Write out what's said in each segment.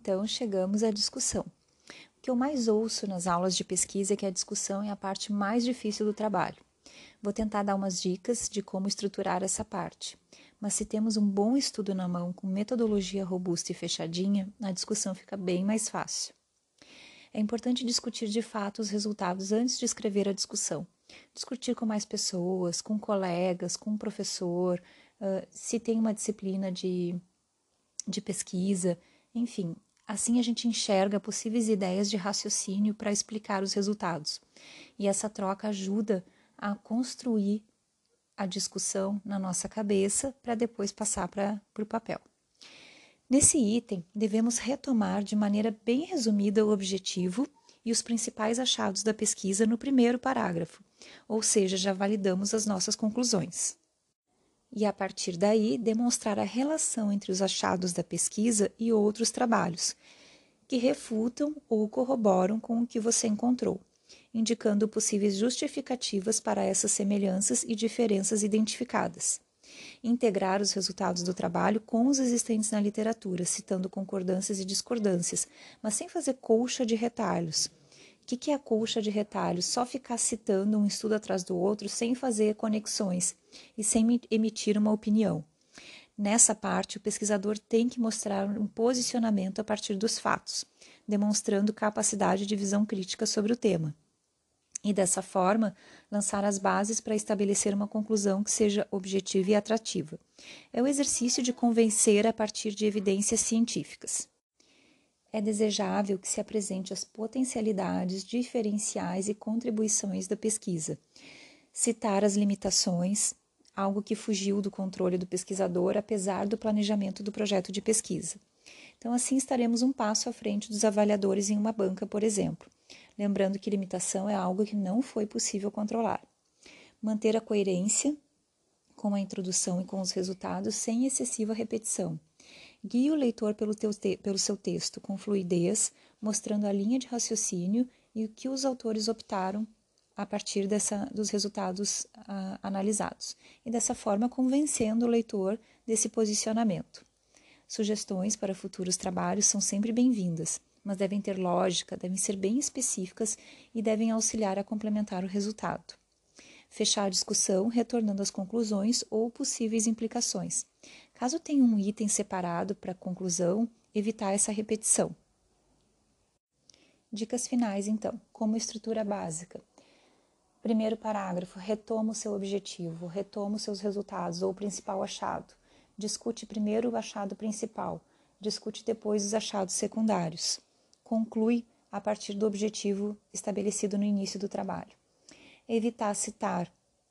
então chegamos à discussão. O que eu mais ouço nas aulas de pesquisa é que a discussão é a parte mais difícil do trabalho. Vou tentar dar umas dicas de como estruturar essa parte. Mas se temos um bom estudo na mão, com metodologia robusta e fechadinha, a discussão fica bem mais fácil. É importante discutir de fato os resultados antes de escrever a discussão. Discutir com mais pessoas, com colegas, com um professor, se tem uma disciplina de pesquisa, enfim. Assim a gente enxerga possíveis ideias de raciocínio para explicar os resultados. E essa troca ajuda a construir a discussão na nossa cabeça para depois passar para o papel. Nesse item, devemos retomar de maneira bem resumida o objetivo e os principais achados da pesquisa no primeiro parágrafo, ou seja, já validamos as nossas conclusões. E a partir daí, demonstrar a relação entre os achados da pesquisa e outros trabalhos, que refutam ou corroboram com o que você encontrou, indicando possíveis justificativas para essas semelhanças e diferenças identificadas. Integrar os resultados do trabalho com os existentes na literatura, citando concordâncias e discordâncias, mas sem fazer colcha de retalhos. O que é a colcha de retalhos? Só ficar citando um estudo atrás do outro sem fazer conexões e sem emitir uma opinião. Nessa parte, o pesquisador tem que mostrar um posicionamento a partir dos fatos, demonstrando capacidade de visão crítica sobre o tema. E dessa forma, lançar as bases para estabelecer uma conclusão que seja objetiva e atrativa. É o exercício de convencer a partir de evidências científicas. É desejável que se apresente as potencialidades, diferenciais e contribuições da pesquisa. Citar as limitações, algo que fugiu do controle do pesquisador, apesar do planejamento do projeto de pesquisa. Então, assim estaremos um passo à frente dos avaliadores em uma banca, por exemplo. Lembrando que limitação é algo que não foi possível controlar. Manter a coerência com a introdução e com os resultados sem excessiva repetição. Guie o leitor pelo seu texto com fluidez, mostrando a linha de raciocínio e o que os autores optaram a partir dos resultados analisados. E dessa forma, convencendo o leitor desse posicionamento. Sugestões para futuros trabalhos são sempre bem-vindas, mas devem ter lógica, devem ser bem específicas e devem auxiliar a complementar o resultado. Fechar a discussão retornando às conclusões ou possíveis implicações. Caso tenha um item separado para a conclusão, evitar essa repetição. Dicas finais, então. Como estrutura básica. Primeiro parágrafo, retoma o seu objetivo, retoma os seus resultados ou o principal achado. Discute primeiro o achado principal, discute depois os achados secundários. Conclui a partir do objetivo estabelecido no início do trabalho. Evitar citar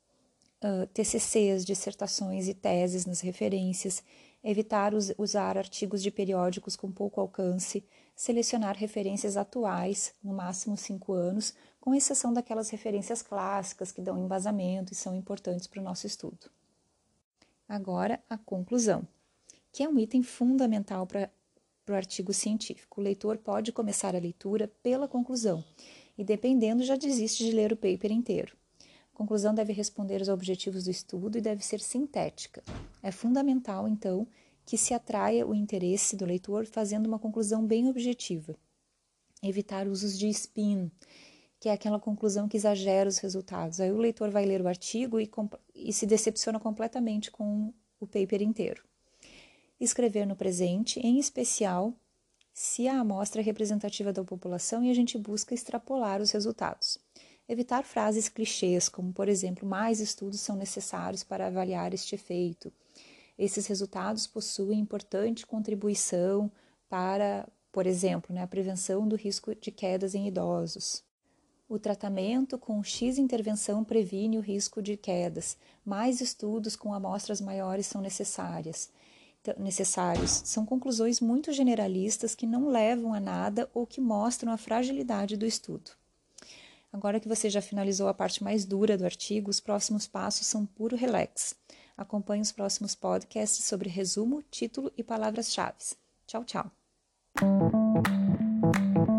TCCs, dissertações e teses nas referências, evitar usar artigos de periódicos com pouco alcance, selecionar referências atuais, no máximo 5 anos, com exceção daquelas referências clássicas que dão embasamento e são importantes para o nosso estudo. Agora, a conclusão, que é um item fundamental para o artigo científico. O leitor pode começar a leitura pela conclusão e, dependendo, já desiste de ler o paper inteiro. A conclusão deve responder aos objetivos do estudo e deve ser sintética. É fundamental, então, que se atraia o interesse do leitor fazendo uma conclusão bem objetiva. Evitar usos de spin, que é aquela conclusão que exagera os resultados. Aí o leitor vai ler o artigo e se decepciona completamente com o paper inteiro. Escrever no presente, em especial se a amostra é representativa da população e a gente busca extrapolar os resultados. Evitar frases clichês, como, por exemplo, mais estudos são necessários para avaliar este efeito. Esses resultados possuem importante contribuição para, por exemplo, a prevenção do risco de quedas em idosos. O tratamento com X intervenção previne o risco de quedas. Mais estudos com amostras maiores são necessários. São conclusões muito generalistas que não levam a nada ou que mostram a fragilidade do estudo. Agora que você já finalizou a parte mais dura do artigo, os próximos passos são puro relax. Acompanhe os próximos podcasts sobre resumo, título e palavras-chave. Tchau, tchau!